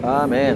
Amén.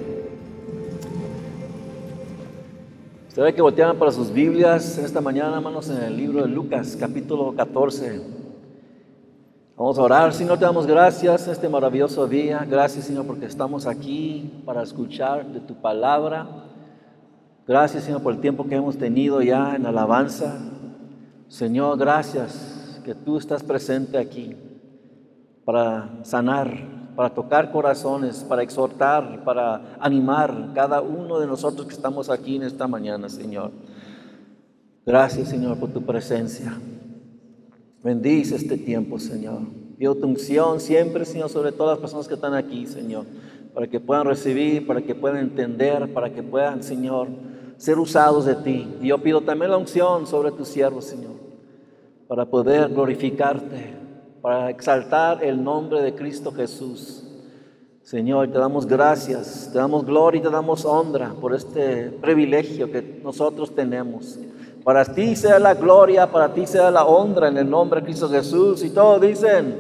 Ustedes que volteaban para sus Biblias esta mañana, hermanos, en el libro de Lucas, capítulo 14. Vamos a orar. Señor, te damos gracias en este maravilloso día. Gracias, Señor, porque estamos aquí para escuchar de tu palabra. Gracias, Señor, por el tiempo que hemos tenido ya en alabanza. Señor, gracias que tú estás presente aquí para sanar, para tocar corazones, para exhortar, para animar cada uno de nosotros que estamos aquí en esta mañana, Señor. Gracias, Señor, por tu presencia. Bendice este tiempo, Señor. Pido tu unción siempre, Señor, sobre todas las personas que están aquí, Señor, para que puedan recibir, para que puedan entender, para que puedan, Señor, ser usados de ti. Y yo pido también la unción sobre tus siervos, Señor, para poder glorificarte, para exaltar el nombre de Cristo Jesús. Señor, te damos gracias, te damos gloria y te damos honra por este privilegio que nosotros tenemos. Para ti sea la gloria, para ti sea la honra en el nombre de Cristo Jesús. Y todos dicen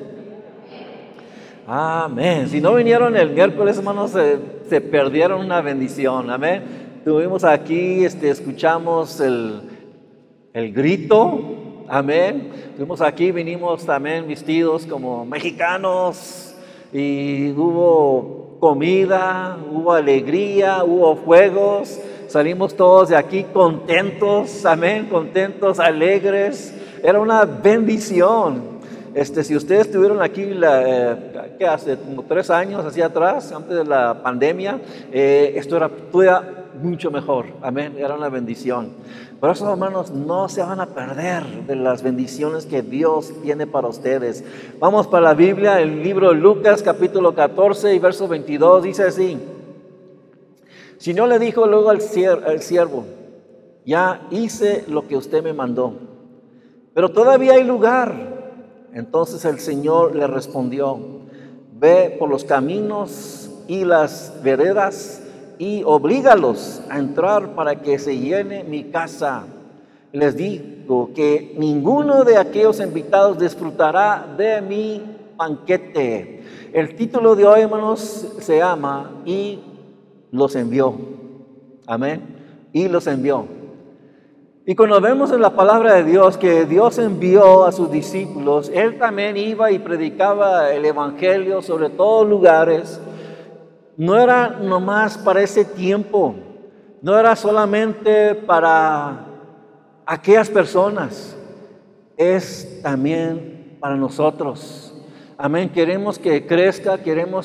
amén. Si no vinieron el miércoles, hermanos, se perdieron una bendición. Amén. Tuvimos aquí, escuchamos el grito. Amén. Estuvimos aquí, vinimos también vestidos como mexicanos y hubo comida, hubo alegría, hubo fuegos. Salimos todos de aquí contentos, amén, contentos, alegres. Era una bendición. Si ustedes estuvieron aquí, ¿qué hace? Como 3 años hacia atrás, antes de la pandemia, esto era todavía mucho mejor, amén, era una bendición. Por eso, hermanos, no se van a perder de las bendiciones que Dios tiene para ustedes. Vamos para la Biblia, el libro de Lucas, capítulo 14 y verso 22, dice así. Señor le dijo luego al siervo, ya hice lo que usted me mandó, pero todavía hay lugar. Entonces el Señor le respondió, ve por los caminos y las veredas y oblígalos a entrar para que se llene mi casa. Les digo que ninguno de aquellos invitados disfrutará de mi banquete. El título de hoy, hermanos, se llama Y los envió. Amén. Y los envió. Y cuando vemos en la palabra de Dios que Dios envió a sus discípulos, Él también iba y predicaba el evangelio sobre todos lugares. No era nomás para ese tiempo, no era solamente para aquellas personas, es también para nosotros. Amén, queremos que crezca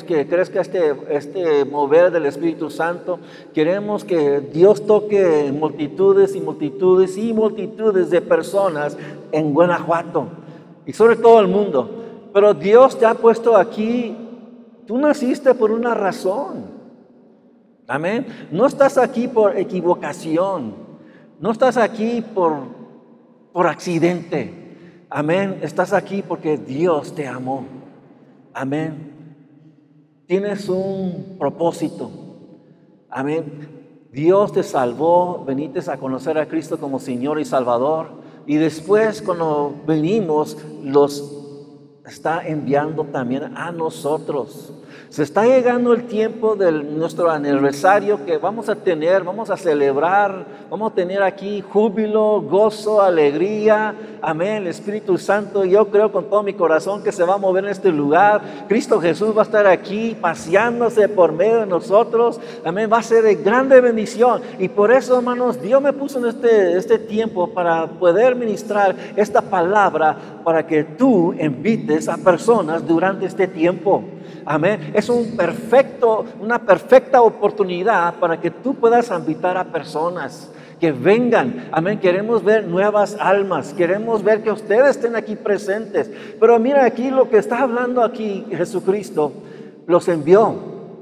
este mover del Espíritu Santo. Queremos que Dios toque multitudes y multitudes y multitudes de personas en Guanajuato y sobre todo el mundo. Pero Dios te ha puesto aquí, tú naciste por una razón. Amén, no estás aquí por equivocación, no estás aquí por accidente. Amén, estás aquí porque Dios te amó. Amén. Tienes un propósito. Amén. Dios te salvó, veniste a conocer a Cristo como Señor y Salvador. Y después cuando venimos, los está enviando también a nosotros. Se está llegando el tiempo de nuestro aniversario que vamos a celebrar, vamos a tener aquí júbilo, gozo, alegría, amén, el Espíritu Santo, yo creo con todo mi corazón que se va a mover en este lugar. Cristo Jesús va a estar aquí paseándose por medio de nosotros, amén, va a ser de grande bendición. Y por eso, hermanos, Dios me puso en este tiempo para poder ministrar esta palabra para que tú invites a personas durante este tiempo. Amén. Es una perfecta oportunidad para que tú puedas invitar a personas que vengan. Amén. Queremos ver nuevas almas. Queremos ver que ustedes estén aquí presentes. Pero mira aquí lo que está hablando aquí Jesucristo. Los envió.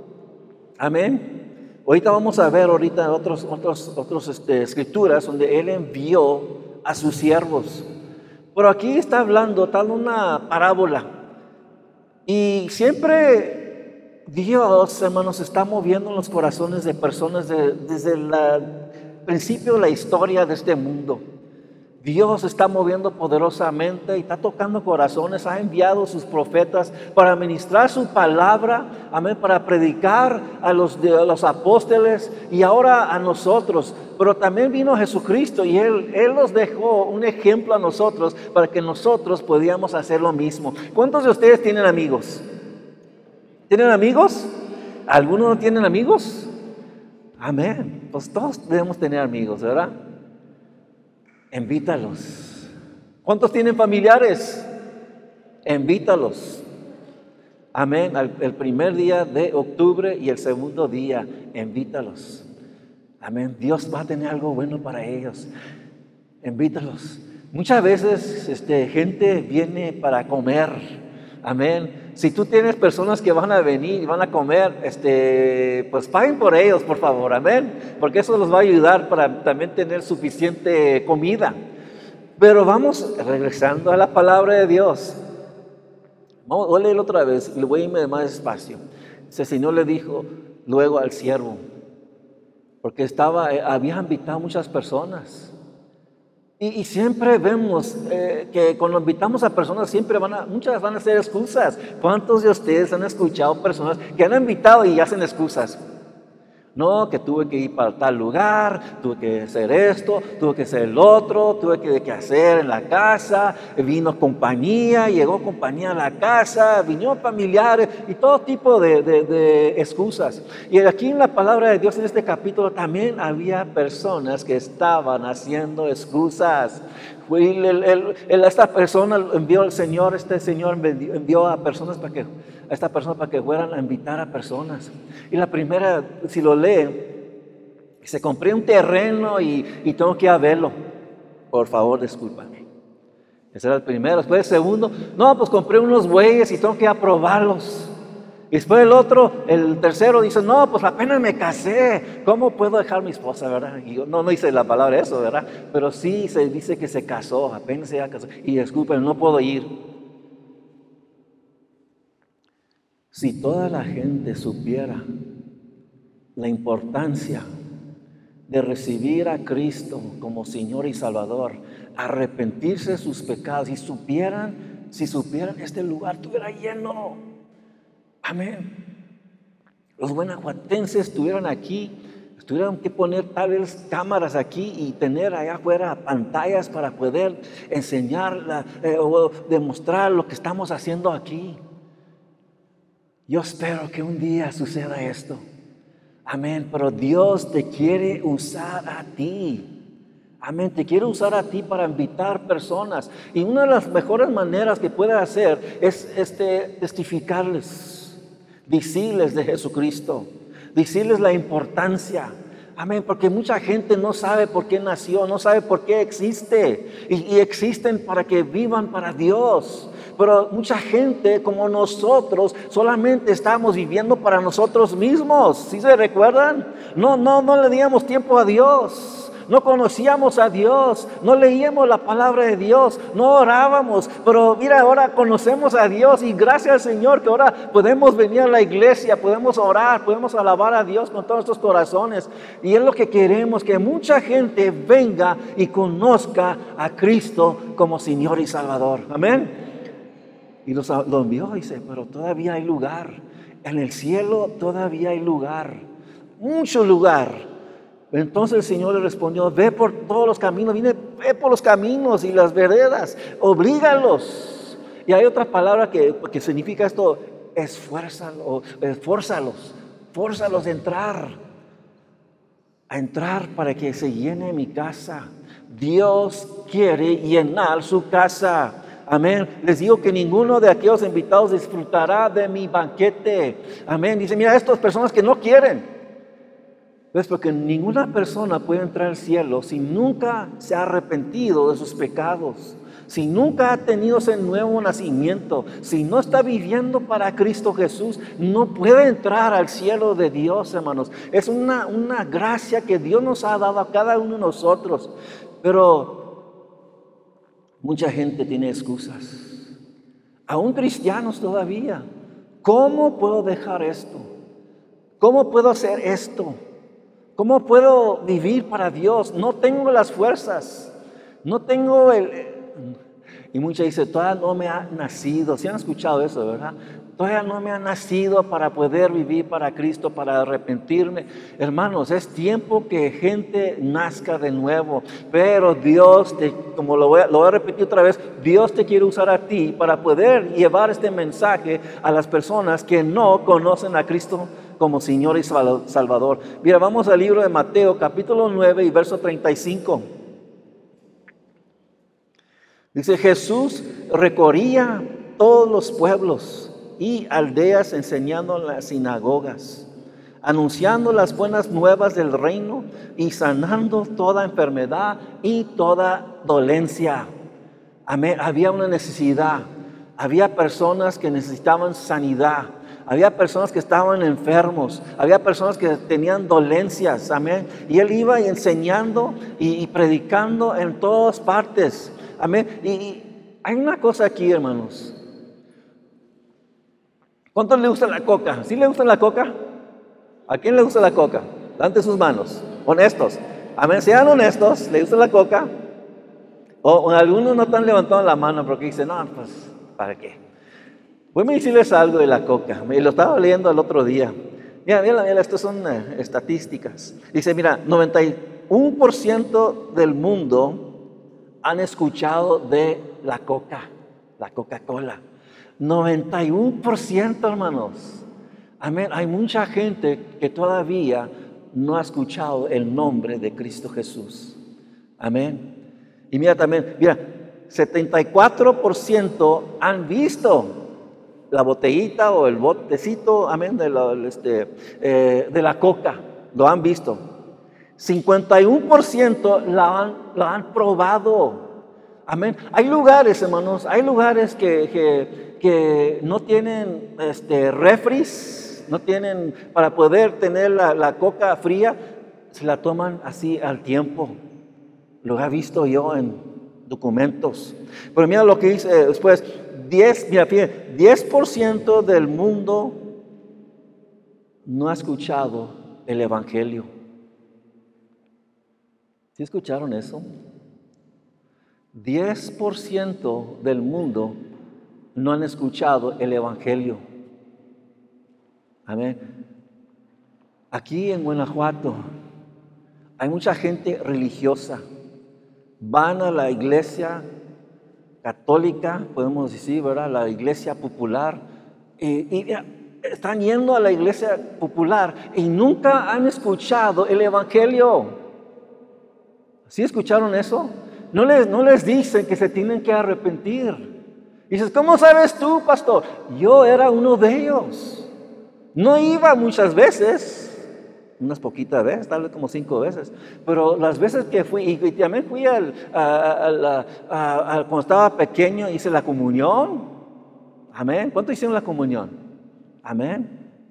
Amén. Ahorita vamos a ver otras escrituras donde Él envió a sus siervos. Pero aquí está hablando tal una parábola. Y siempre Dios, hermanos, está moviendo en los corazones de personas desde el principio de la historia de este mundo. Dios está moviendo poderosamente y está tocando corazones. Ha enviado sus profetas para ministrar su palabra, amén, para predicar a los apóstoles y ahora a nosotros. Pero también vino Jesucristo y Él nos dejó un ejemplo a nosotros para que nosotros podíamos hacer lo mismo. ¿Cuántos de ustedes tienen amigos? ¿Tienen amigos? ¿Algunos no tienen amigos? Amén. Pues todos debemos tener amigos, ¿verdad? Invítalos. ¿Cuántos tienen familiares? Invítalos. Amén. El primer día de octubre y el segundo día, invítalos. Amén. Dios va a tener algo bueno para ellos. Invítalos. Muchas veces gente viene para comer. Amén. Si tú tienes personas que van a venir y van a comer, pues paguen por ellos, por favor. Amén. Porque eso los va a ayudar para también tener suficiente comida. Pero vamos regresando a la palabra de Dios. Voy a leerlo otra vez y le voy a irme más despacio. El Señor le dijo luego al siervo, porque había invitado a muchas personas. Y siempre vemos que cuando invitamos a personas, muchas van a hacer excusas. ¿Cuántos de ustedes han escuchado personas que han invitado y hacen excusas? No, que tuve que ir para tal lugar, tuve que hacer esto, tuve que hacer el otro, tuve que hacer en la casa, vino compañía, llegó compañía a la casa, vinieron familiares y todo tipo de excusas. Y aquí en la palabra de Dios en este capítulo también había personas que estaban haciendo excusas. Esta persona envió al Señor, este Señor envió a esta persona para que fueran a invitar a personas. Y la primera, si lo lee, se compré un terreno y tengo que ir a verlo. Por favor, discúlpame. Ese era el primero. Después el segundo, no, pues compré unos bueyes y tengo que ir a probarlos. Y después el tercero dice, no, pues apenas me casé, ¿cómo puedo dejar a mi esposa, verdad? Y yo, no dice la palabra eso, ¿verdad? Pero sí se dice que se casó, apenas se casó. Y disculpen, no puedo ir. Si toda la gente supiera la importancia de recibir a Cristo como Señor y Salvador, arrepentirse de sus pecados, si supieran, este lugar estuviera lleno. Amén. Los guanajuatenses estuvieran que poner tal vez cámaras aquí y tener allá afuera pantallas para poder enseñar o demostrar lo que estamos haciendo aquí. Yo espero que un día suceda esto. Amén. Pero Dios te quiere usar a ti. Amén, te quiere usar a ti para invitar personas. Y una de las mejores maneras que puedes hacer es testificarles. Decirles de Jesucristo, decirles la importancia, amén, porque mucha gente no sabe por qué nació, no sabe por qué existe, y existen para que vivan para Dios, pero mucha gente como nosotros solamente estamos viviendo para nosotros mismos. ¿Sí se recuerdan? No le díamos tiempo a Dios. No conocíamos a Dios, no leíamos la palabra de Dios, no orábamos, pero mira, ahora conocemos a Dios y gracias al Señor que ahora podemos venir a la iglesia, podemos orar, podemos alabar a Dios con todos nuestros corazones. Y es lo que queremos, que mucha gente venga y conozca a Cristo como Señor y Salvador. Amén. Y lo envió y dice, pero todavía hay lugar, en el cielo todavía hay lugar, mucho lugar. Entonces el Señor le respondió, ve por todos los caminos, ve por los caminos y las oblígalos. Y hay otra palabra que significa esto, fórzalos a entrar para que se llene mi casa. Dios quiere llenar su casa. Amén. Les digo que ninguno de aquellos invitados disfrutará de mi banquete. Amén. Dice, mira, estas personas que no quieren. ¿Ves? Porque ninguna persona puede entrar al cielo si nunca se ha arrepentido de sus pecados, si nunca ha tenido ese nuevo nacimiento, si no está viviendo para Cristo Jesús, no puede entrar al cielo de Dios, hermanos. Es una gracia que Dios nos ha dado a cada uno de nosotros. Pero mucha gente tiene excusas, aún cristianos todavía. ¿Cómo puedo dejar esto? ¿Cómo puedo hacer esto? ¿Cómo puedo vivir para Dios? No tengo las fuerzas. No tengo y muchas dicen, todavía no me ha nacido. ¿Sí han escuchado eso, verdad? Todavía no me ha nacido para poder vivir para Cristo, para arrepentirme. Hermanos, es tiempo que gente nazca de nuevo. Pero Dios, como lo voy a repetir otra vez, Dios te quiere usar a ti para poder llevar este mensaje a las personas que no conocen a Cristo como Señor y Salvador. Mira, vamos al libro de Mateo, capítulo 9 y verso 35. Dice, Jesús recorría todos los pueblos y aldeas enseñando en las sinagogas, anunciando las buenas nuevas del reino y sanando toda enfermedad y toda dolencia. Amén. Había una necesidad, había personas que necesitaban sanidad, había personas que estaban enfermos, había personas que tenían dolencias, amén. Y él iba enseñando y predicando en todas partes, amén. Y hay una cosa aquí, hermanos. ¿Cuántos le gusta la coca? ¿Sí le gusta la coca? ¿A quién le gusta la coca? Levante sus manos, honestos. Amén, sean honestos, ¿le gusta la coca? O algunos no están levantando la mano porque dicen, no, pues, ¿para qué? Voy a decirles algo de la coca. Me lo estaba leyendo el otro día. Mira, estas son estadísticas. Dice, mira, 91% del mundo han escuchado de la Coca-Cola. 91%, hermanos. Amén. Hay mucha gente que todavía no ha escuchado el nombre de Cristo Jesús. Amén. Y mira también, 74% han visto la botellita o el botecito, amén, de la coca. Lo han visto. 51% la han probado. Amén. Hay lugares, hermanos, que no tienen refris, no tienen para poder tener la coca fría, se la toman así al tiempo. Lo he visto yo en documentos. Pero mira lo que dice después, 10% del mundo no ha escuchado el Evangelio. ¿Sí escucharon eso? 10% del mundo no han escuchado el Evangelio. Amén. Aquí en Guanajuato hay mucha gente religiosa. Van a la iglesia católica, podemos decir, ¿verdad? La iglesia popular. Y están yendo a la iglesia popular y nunca han escuchado el Evangelio. ¿Sí escucharon eso? No les dicen que se tienen que arrepentir. Dices, ¿cómo sabes tú, pastor? Yo era uno de ellos. No iba muchas veces, unas poquitas veces, tal vez como 5 veces. Pero las veces que fui, y también fui cuando estaba pequeño, hice la comunión. Amén. ¿Cuánto hicieron la comunión? Amén.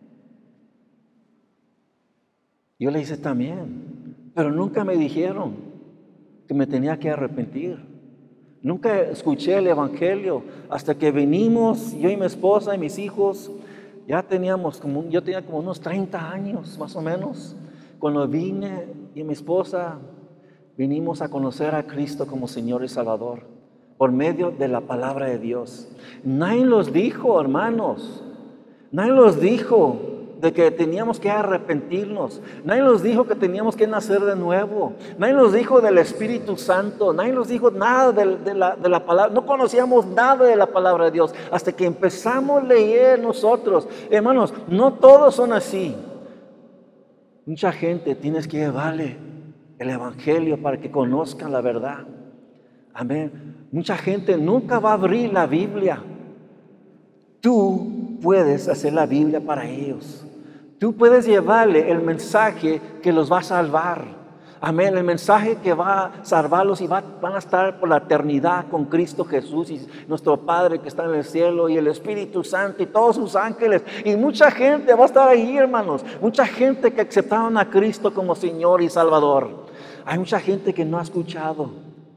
Yo le hice también. Pero nunca me dijeron que me tenía que arrepentir. Nunca escuché el Evangelio hasta que venimos, yo y mi esposa y mis hijos. Yo tenía como unos 30 años más o menos, cuando vine y mi esposa vinimos a conocer a Cristo como Señor y Salvador por medio de la palabra de Dios. Nadie nos dijo, hermanos, nadie nos dijo de que teníamos que arrepentirnos. Nadie nos dijo que teníamos que nacer de nuevo. Nadie nos dijo del Espíritu Santo. Nadie nos dijo nada de la palabra. No conocíamos nada de la palabra de Dios hasta que empezamos a leer nosotros. Hermanos, no todos son así. Mucha gente tienes que llevarle el Evangelio para que conozcan la verdad. Amén. Mucha gente nunca va a abrir la Biblia. Tú puedes hacer la Biblia para ellos. Tú puedes llevarle el mensaje que los va a salvar. Amén. El mensaje que va a salvarlos y van a estar por la eternidad con Cristo Jesús y nuestro Padre que está en el cielo y el Espíritu Santo y todos sus ángeles. Y mucha gente va a estar ahí, hermanos. Mucha gente que aceptaron a Cristo como Señor y Salvador. Hay mucha gente que no ha escuchado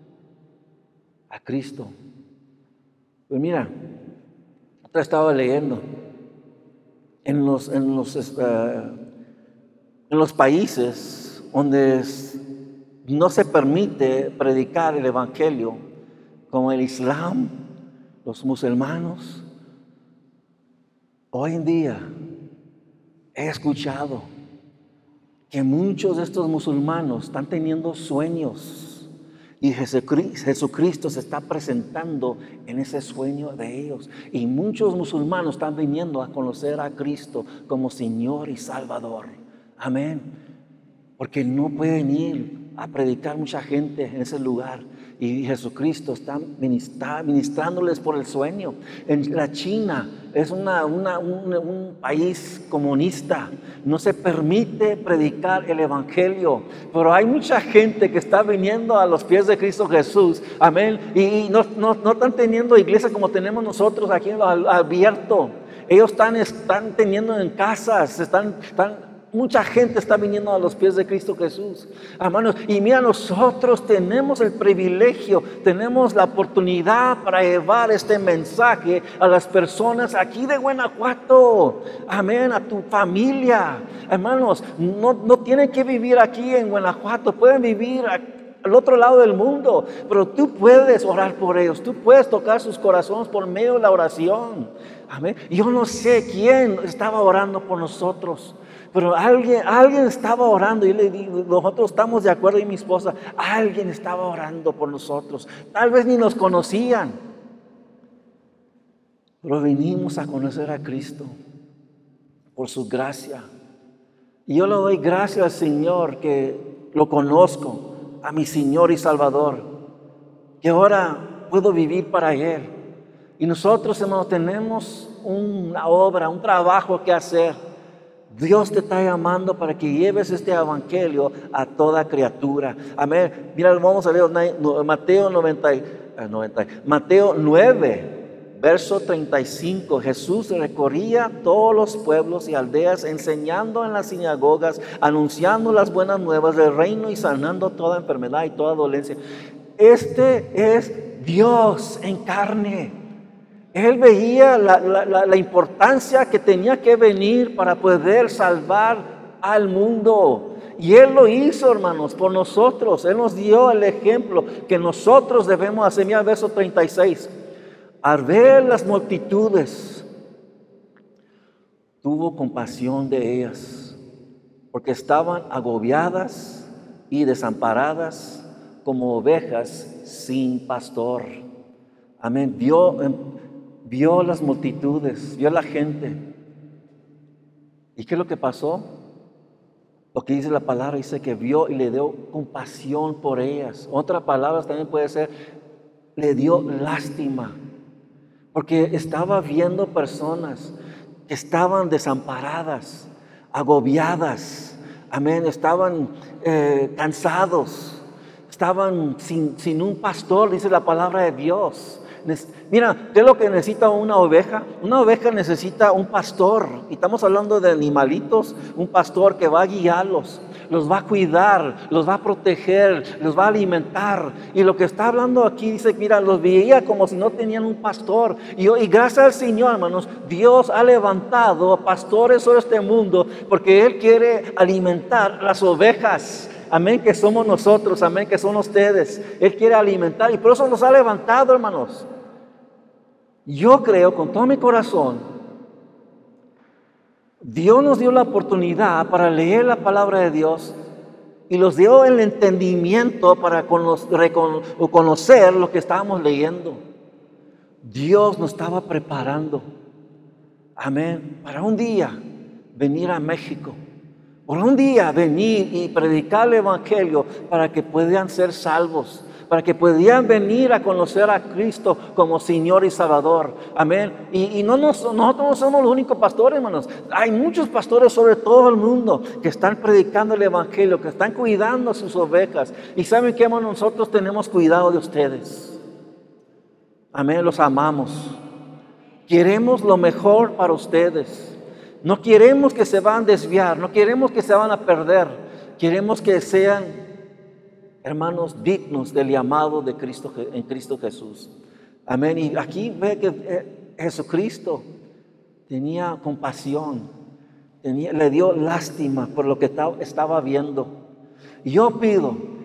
a Cristo. Pues mira, estaba leyendo en los países no se permite predicar el evangelio como el Islam, los musulmanos. Hoy en día he escuchado que muchos de estos musulmanos están teniendo sueños y Jesucristo se está presentando en ese sueño de ellos. Y muchos musulmanos están viniendo a conocer a Cristo como Señor y Salvador. Amén. Porque no pueden ir a predicar mucha gente en ese lugar. Y Jesucristo está ministrándoles por el sueño. En la China es un país comunista. No se permite predicar el evangelio. Pero hay mucha gente que está viniendo a los pies de Cristo Jesús. Amén. Y no están teniendo iglesia como tenemos nosotros aquí en lo abierto. Ellos están teniendo en casas, mucha gente está viniendo a los pies de Cristo Jesús, hermanos. Y mira, nosotros tenemos el privilegio, tenemos la oportunidad para llevar este mensaje a las personas aquí de Guanajuato. Amén, a tu familia. Hermanos, no tienen que vivir aquí en Guanajuato, pueden vivir al otro lado del mundo, pero tú puedes orar por ellos, tú puedes tocar sus corazones por medio de la oración. Amén. Yo no sé quién estaba orando por nosotros, pero alguien estaba orando. Y le digo, nosotros estamos de acuerdo, y mi esposa, alguien estaba orando por nosotros. Tal vez ni nos conocían, pero venimos a conocer a Cristo por su gracia. Y yo le doy gracias al Señor que lo conozco, a mi Señor y Salvador, que ahora puedo vivir para Él. Y nosotros, hermanos, tenemos una obra, un trabajo que hacer. Dios te está llamando para que lleves este evangelio a toda criatura. Amén. Mira, vamos a leer Mateo 9, verso 35. Jesús recorría todos los pueblos y aldeas, enseñando en las sinagogas, anunciando las buenas nuevas del reino y sanando toda enfermedad y toda dolencia. Este es Dios en carne. Él veía la importancia que tenía que venir para poder salvar al mundo. Y Él lo hizo, hermanos, por nosotros. Él nos dio el ejemplo que nosotros debemos hacer. Mira el verso 36. Al ver las multitudes, tuvo compasión de ellas, porque estaban agobiadas y desamparadas como ovejas sin pastor. Amén. Vio las multitudes, vio la gente. ¿Y qué es lo que pasó? Lo que dice la palabra, dice que vio y le dio compasión por ellas. Otra palabra también puede ser, le dio lástima. Porque estaba viendo personas que estaban desamparadas, agobiadas. Amén. Estaban cansados. Estaban sin un pastor, dice la palabra de Dios. Mira, ¿qué es lo que necesita una oveja? Una oveja necesita un pastor. Y estamos hablando de animalitos, un pastor que va a guiarlos, los va a cuidar, los va a proteger, los va a alimentar. Y lo que está hablando aquí dice, mira, los veía como si no tenían un pastor. Y gracias al Señor, hermanos, Dios ha levantado pastores sobre este mundo porque Él quiere alimentar las ovejas. Amén, que somos nosotros, amén, que son ustedes. Él quiere alimentar y por eso nos ha levantado, hermanos. Yo creo con todo mi corazón, Dios nos dio la oportunidad para leer la palabra de Dios y nos dio el entendimiento para conocer lo que estábamos leyendo. Dios nos estaba preparando, amén, para un día venir a México. Por un día venir y predicar el evangelio para que puedan ser salvos, para que puedan venir a conocer a Cristo como Señor y Salvador. Amén. Y nosotros no somos los únicos pastores, hermanos. Hay muchos pastores sobre todo el mundo que están predicando el evangelio, que están cuidando a sus ovejas. Y saben que, hermanos, nosotros tenemos cuidado de ustedes. Amén. Los amamos. Queremos lo mejor para ustedes. No queremos que se van a desviar, no queremos que se van a perder. Queremos que sean, hermanos, dignos del llamado de Cristo, en Cristo Jesús. Amén. Y aquí ve que Jesucristo tenía compasión, le dio lástima por lo que estaba viendo. Y yo pido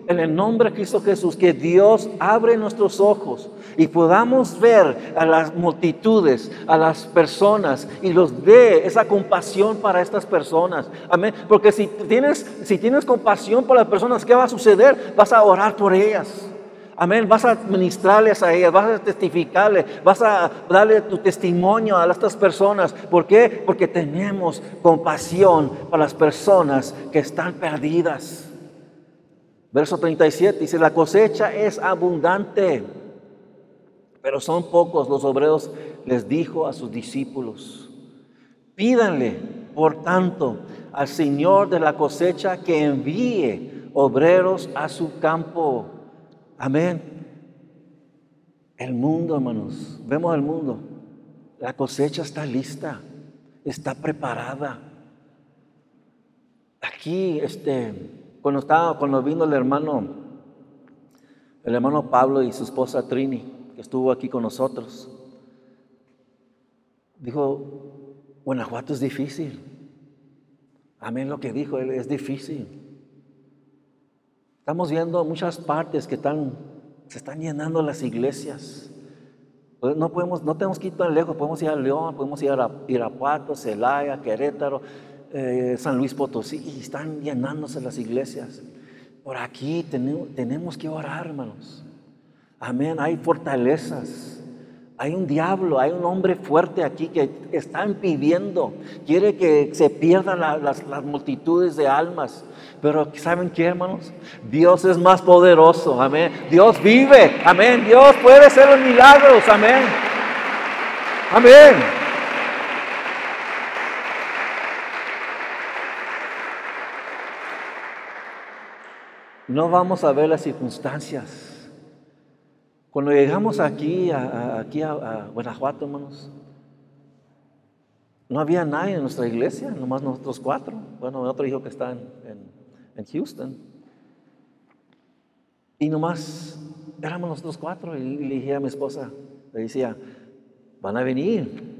en el nombre de Cristo Jesús, que Dios abre nuestros ojos y podamos ver a las multitudes, a las personas, y los dé esa compasión para estas personas. Amén. Porque si tienes compasión por las personas, ¿qué va a suceder? Vas a orar por ellas. Amén, vas a ministrarles a ellas, vas a testificarles, vas a darle tu testimonio a estas personas. ¿Por qué? Porque tenemos compasión para las personas que están perdidas. Verso 37 dice, la cosecha es abundante, pero son pocos los obreros. Les dijo a sus discípulos, pídanle, por tanto, al Señor de la cosecha que envíe obreros a su campo. Amén. El mundo, hermanos, vemos el mundo. La cosecha está lista, está preparada. Aquí, cuando vino el hermano Pablo y su esposa Trini, que estuvo aquí con nosotros, dijo, Guanajuato es difícil. Amén, lo que dijo él, es difícil. Estamos viendo muchas partes que se están llenando las iglesias. No tenemos que ir tan lejos, podemos ir a León, podemos ir a Irapuato, Celaya, Querétaro, San Luis Potosí, y están llenándose las iglesias. Por aquí tenemos que orar, hermanos. Amén, hay fortalezas. Hay un diablo, hay un hombre fuerte aquí que está impidiendo, quiere que se pierdan las multitudes de almas. Pero ¿saben qué, hermanos? Dios es más poderoso, amén. Dios vive, amén. Dios puede hacer los milagros, amén. Amén. No vamos a ver las circunstancias. Cuando llegamos aquí a Guanajuato, hermanos, no había nadie en nuestra iglesia, nomás nosotros 4. Bueno, otro hijo que está en Houston. Y nomás éramos nosotros 4. Y le dije a mi esposa, le decía, van a venir.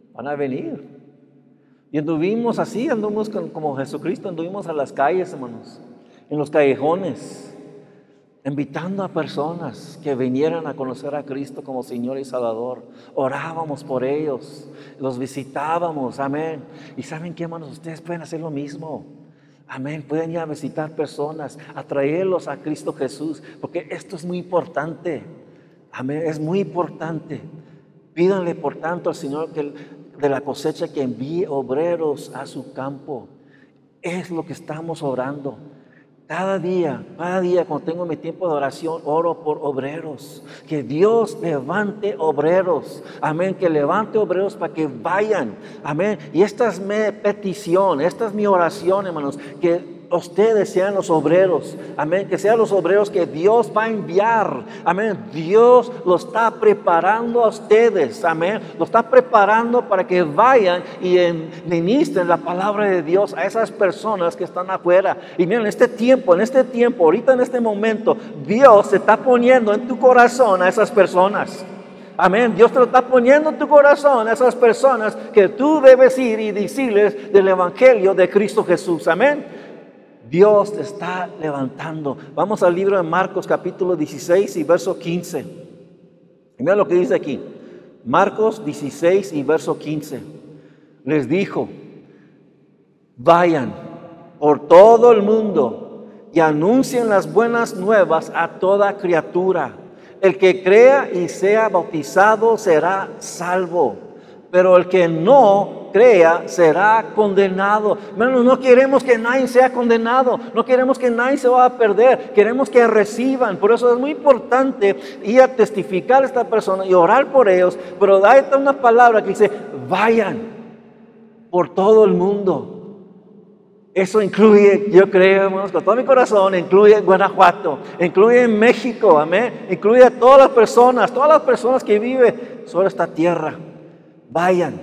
Y anduvimos así, anduvimos como Jesucristo, anduvimos a las calles, hermanos, en los callejones, invitando a personas que vinieran a conocer a Cristo como Señor y Salvador. Orábamos por ellos, los visitábamos, amén. Y ¿saben qué, hermanos? Ustedes pueden hacer lo mismo, amén. Pueden ir a visitar personas, a traerlos a Cristo Jesús, porque esto es muy importante, amén, es muy importante. Pídanle, por tanto, al Señor de la cosecha que envíe obreros a su campo. Es lo que estamos orando. Cada día, cuando tengo mi tiempo de oración, oro por obreros. Que Dios levante obreros. Amén. Que levante obreros para que vayan. Amén. Y esta es mi petición, esta es mi oración, hermanos. Que ustedes sean los obreros. Amén. Que sean los obreros que Dios va a enviar. Amén. Dios los está preparando a ustedes. Amén. Los está preparando para que vayan y ministren la palabra de Dios a esas personas que están afuera. Y miren, en este tiempo, ahorita en este momento, Dios se está poniendo en tu corazón a esas personas. Amén. Dios te lo está poniendo en tu corazón a esas personas que tú debes ir y decirles del evangelio de Cristo Jesús. Amén. Dios te está levantando. Vamos al libro de Marcos capítulo 16 y verso 15. Y mira lo que dice aquí. Marcos 16 y verso 15. Les dijo, vayan por todo el mundo y anuncien las buenas nuevas a toda criatura. El que crea y sea bautizado será salvo, pero el que no crea será condenado. Hermanos, no queremos que nadie sea condenado, no queremos que nadie se vaya a perder, queremos que reciban. Por eso es muy importante ir a testificar a esta persona y orar por ellos, pero hay una palabra que dice, vayan por todo el mundo. Eso incluye, yo creo, hermanos, con todo mi corazón, incluye Guanajuato, incluye México, amén, incluye a todas las personas que viven sobre esta tierra. Vayan.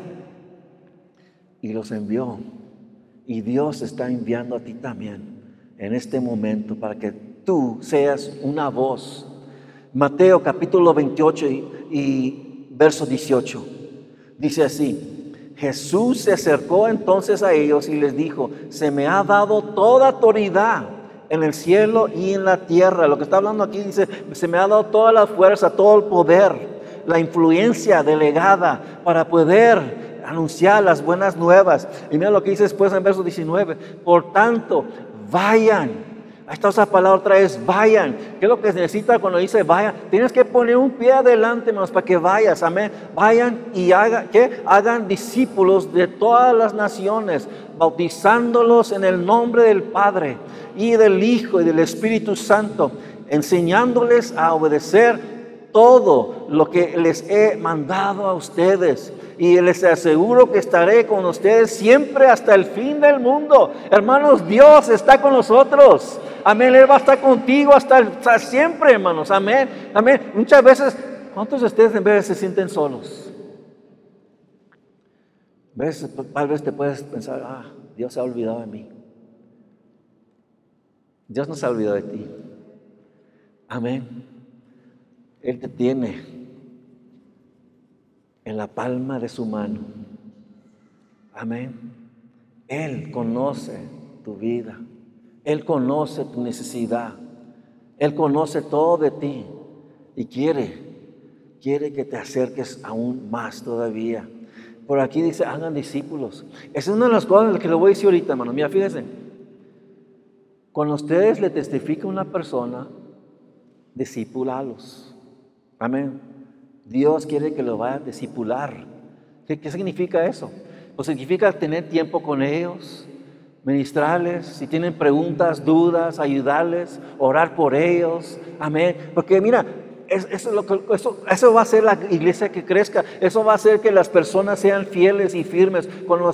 Y los envió. Y Dios está enviando a ti también en este momento para que tú seas una voz. Mateo capítulo 28 y verso 18. Dice así: Jesús se acercó entonces a ellos y les dijo: se me ha dado toda autoridad en el cielo y en la tierra. Lo que está hablando aquí dice, se me ha dado toda la fuerza, todo el poder, la influencia delegada para poder anunciar las buenas nuevas. Y mira lo que dice después en verso 19. Por tanto, vayan. Ahí está esa palabra otra vez, vayan. ¿Qué es lo que se necesita cuando dice vayan? Tienes que poner un pie adelante, hermanos, para que vayas, amén. Vayan y hagan discípulos de todas las naciones, bautizándolos en el nombre del Padre y del Hijo y del Espíritu Santo, enseñándoles a obedecer todo lo que les he mandado a ustedes. Y les aseguro que estaré con ustedes siempre hasta el fin del mundo. Hermanos, Dios está con nosotros. Amén. Él va a estar contigo hasta siempre, hermanos. Amén. Amén. Muchas veces, ¿cuántos de ustedes en vez se sienten solos? Tal vez te puedes pensar, Dios se ha olvidado de mí. Dios no se ha olvidado de ti. Amén. Él te tiene en la palma de su mano. Amén. Él conoce tu vida. Él conoce tu necesidad. Él conoce todo de ti. Y quiere que te acerques aún más todavía. Por aquí dice, hagan discípulos. Esa es una de las cosas que le voy a decir ahorita, hermano. Mira, fíjense. Cuando ustedes le testifican a una persona, discípulalos. Amén. Dios quiere que lo vaya a discipular. ¿Qué significa eso? Pues significa tener tiempo con ellos, ministrarles, si tienen preguntas, dudas, ayudarles, orar por ellos. Amén. Porque mira, eso va a hacer la iglesia que crezca. Eso va a hacer que las personas sean fieles y firmes. Cuando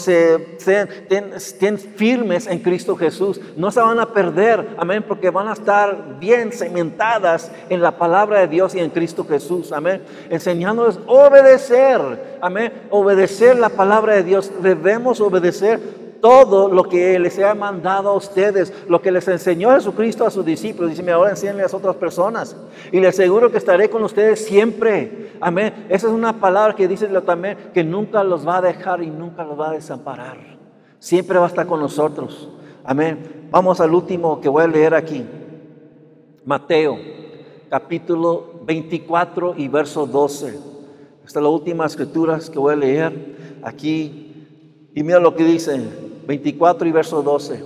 estén firmes en Cristo Jesús, no se van a perder. Amén. Porque van a estar bien cimentadas en la palabra de Dios y en Cristo Jesús. Amén. Enseñándoles a obedecer. Amén. Obedecer la palabra de Dios. Debemos obedecer todo lo que les ha mandado a ustedes, lo que les enseñó Jesucristo a sus discípulos. Dice, ahora enséñenles a otras personas. Y les aseguro que estaré con ustedes siempre. Amén. Esa es una palabra que dice también que nunca los va a dejar y nunca los va a desamparar. Siempre va a estar con nosotros. Amén. Vamos al último que voy a leer aquí. Mateo, capítulo 24 y verso 12. Esta es la última escritura que voy a leer aquí. Y mira lo que dice, 24 y verso 12.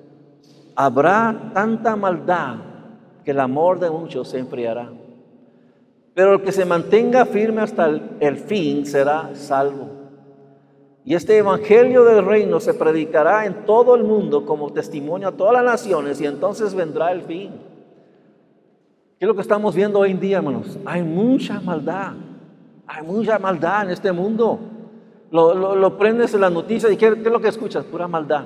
Habrá tanta maldad que el amor de muchos se enfriará. Pero el que se mantenga firme hasta el fin será salvo. Y este evangelio del reino se predicará en todo el mundo como testimonio a todas las naciones y entonces vendrá el fin. ¿Qué es lo que estamos viendo hoy en día, hermanos? Hay mucha maldad. Hay mucha maldad en este mundo. Lo prendes en las noticias y ¿qué es lo que escuchas? Pura maldad.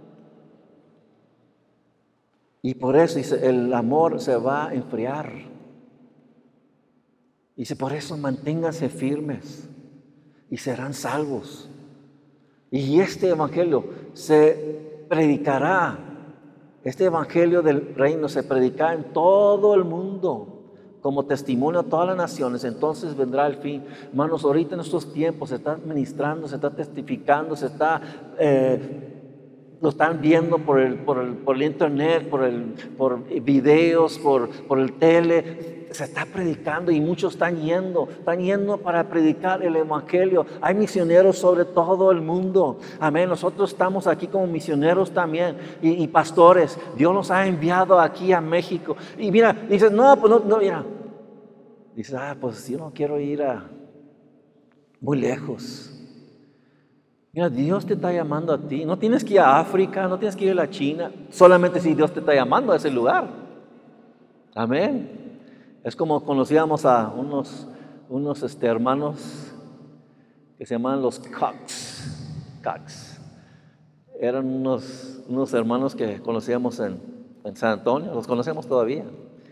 Y por eso dice, el amor se va a enfriar. Dice, por eso manténganse firmes y serán salvos. Y este evangelio se predicará. Este evangelio del reino se predicará en todo el mundo como testimonio a todas las naciones. Entonces vendrá el fin. Hermanos, ahorita en estos tiempos se está ministrando, se está testificando, lo están viendo por el internet, por videos, por el tele. Se está predicando y muchos están yendo para predicar el evangelio. Hay misioneros sobre todo el mundo. Amén. Nosotros estamos aquí como misioneros también y pastores. Dios nos ha enviado aquí a México. Y mira, dices, no, mira. Dices, pues yo no quiero ir muy lejos. Mira, Dios te está llamando a ti. No tienes que ir a África, no tienes que ir a la China. Solamente si Dios te está llamando a ese lugar. Amén. Es como conocíamos a unos hermanos que se llamaban los Cox. Eran unos hermanos que conocíamos en San Antonio. Los conocemos todavía.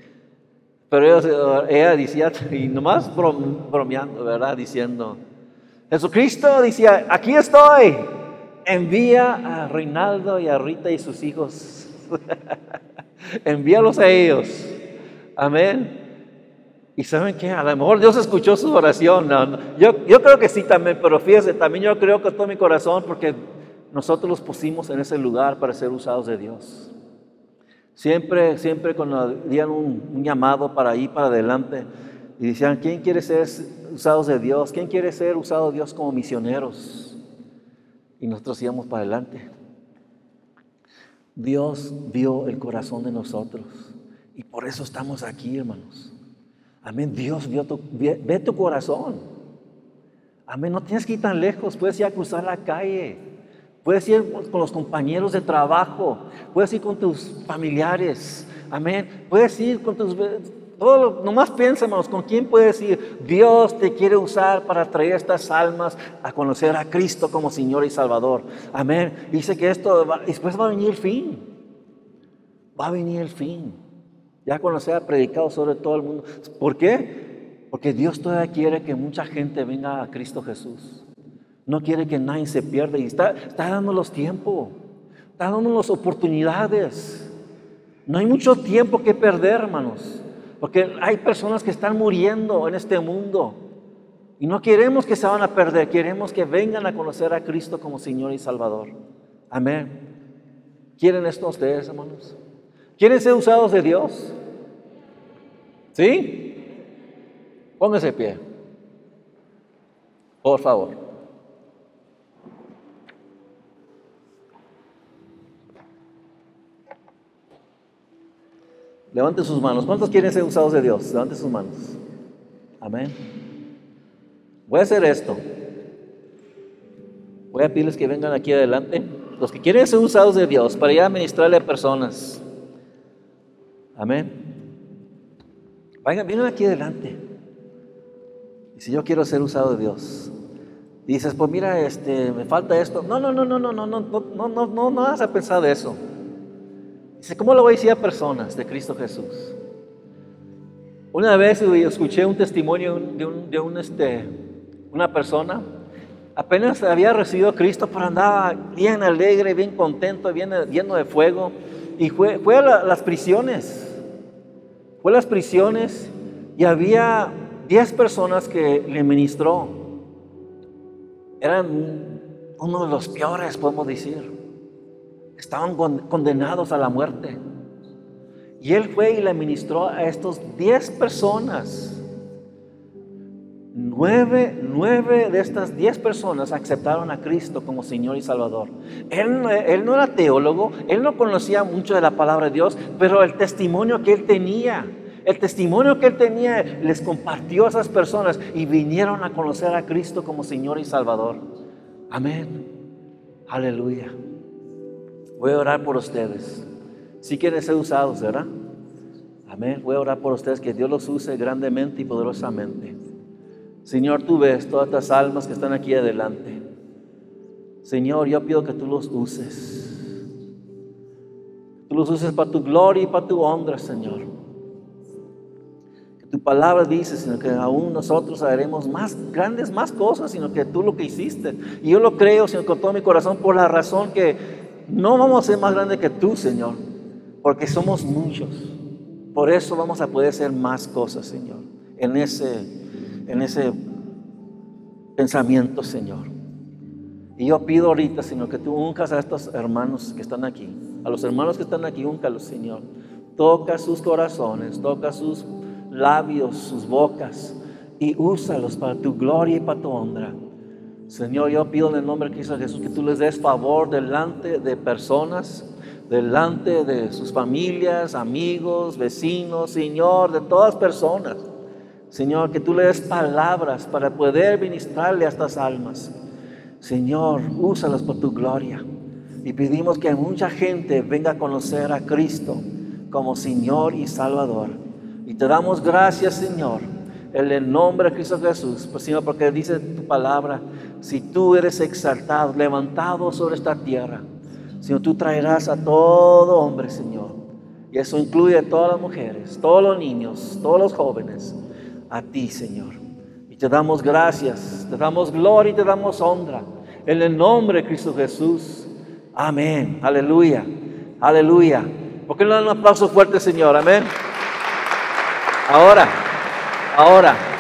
Pero ella decía, y nomás bromeando, ¿verdad? Diciendo, Jesucristo decía, aquí estoy, envía a Reinaldo y a Rita y sus hijos, envíalos a ellos, amén. Y ¿saben qué? A lo mejor Dios escuchó su oración. Yo creo que sí también, pero fíjense, también yo creo con todo mi corazón, porque nosotros los pusimos en ese lugar para ser usados de Dios. Siempre cuando dieron un llamado para ir para adelante y decían, ¿quién quiere ser usados de Dios? ¿Quién quiere ser usado de Dios como misioneros? Y nosotros íbamos para adelante. Dios vio el corazón de nosotros y por eso estamos aquí, hermanos. Amén. Dios ve tu corazón. Amén. No tienes que ir tan lejos. Puedes ir a cruzar la calle. Puedes ir con los compañeros de trabajo. Puedes ir con tus familiares. Amén. Puedes ir con tus... nomás piensa, hermanos, ¿con quién puedes ir? Dios te quiere usar para traer estas almas a conocer a Cristo como Señor y Salvador. Amén. Dice que después va a venir el fin. Va a venir el fin. Ya cuando sea predicado sobre todo el mundo. ¿Por qué? Porque Dios todavía quiere que mucha gente venga a Cristo Jesús. No quiere que nadie se pierda. Y está dándonos tiempo. Está dándonos oportunidades. No hay mucho tiempo que perder, hermanos. Porque hay personas que están muriendo en este mundo. Y no queremos que se van a perder. Queremos que vengan a conocer a Cristo como Señor y Salvador. Amén. ¿Quieren esto ustedes, hermanos? ¿Quieren ser usados de Dios? ¿Sí? Póngase de pie. Por favor. Levanten sus manos. ¿Cuántos quieren ser usados de Dios? Levanten sus manos. Amén. Voy a hacer esto. Voy a pedirles que vengan aquí adelante. Los que quieren ser usados de Dios para ir a ministrarle a personas. Amén. Vengan aquí adelante. Y si yo quiero ser usado de Dios, dices, pues mira, me falta esto. No vas a pensar de eso. Dice, ¿cómo lo voy a decir a personas de Cristo Jesús? Una vez escuché un testimonio de una persona. Apenas había recibido a Cristo, pero andaba bien alegre, bien contento, bien lleno de fuego. Y fue a las prisiones. Fue a las prisiones y había 10 personas que le ministró. Eran uno de los peores, podemos decir. Estaban condenados a la muerte. Y él fue y le ministró a estos 10 personas. 9 de estas 10 personas aceptaron a Cristo como Señor y Salvador. Él no era teólogo, él no conocía mucho de la palabra de Dios, pero el testimonio que él tenía les compartió a esas personas y vinieron a conocer a Cristo como Señor y Salvador. Amén. Aleluya. Voy a orar por ustedes. Si quieren ser usados, ¿verdad? Amén. Voy a orar por ustedes, que Dios los use grandemente y poderosamente. Señor, tú ves todas estas almas que están aquí adelante. Señor, yo pido que tú los uses. Tú los uses para tu gloria y para tu honra, Señor. Que tu palabra dice, Señor, que aún nosotros haremos más grandes, más cosas, sino que tú lo que hiciste. Y yo lo creo, Señor, con todo mi corazón, por la razón que no vamos a ser más grandes que tú, Señor, porque somos muchos. Por eso vamos a poder hacer más cosas, Señor, en ese pensamiento, Señor. Y yo pido ahorita, Señor, que tú unjas a estos hermanos que están aquí, a los hermanos que están aquí, úncalos, Señor. Toca sus corazones, toca sus labios, sus bocas, y úsalos para tu gloria y para tu honra. Señor, yo pido en el nombre de Cristo Jesús que tú les des favor delante de personas, delante de sus familias, amigos, vecinos, Señor, de todas personas. Señor, que tú le des palabras para poder ministrarle a estas almas. Señor, úsalas por tu gloria. Y pedimos que mucha gente venga a conocer a Cristo como Señor y Salvador. Y te damos gracias, Señor, en el nombre de Cristo Jesús. Pues, Señor, porque dice tu palabra, si tú eres exaltado, levantado sobre esta tierra, Señor, tú traerás a todo hombre, Señor. Y eso incluye a todas las mujeres, todos los niños, todos los jóvenes, a ti, Señor. Y te damos gracias, te damos gloria y te damos honra. En el nombre de Cristo Jesús. Amén. Aleluya. Aleluya. ¿Por qué no dan un aplauso fuerte, Señor? Amén. Ahora.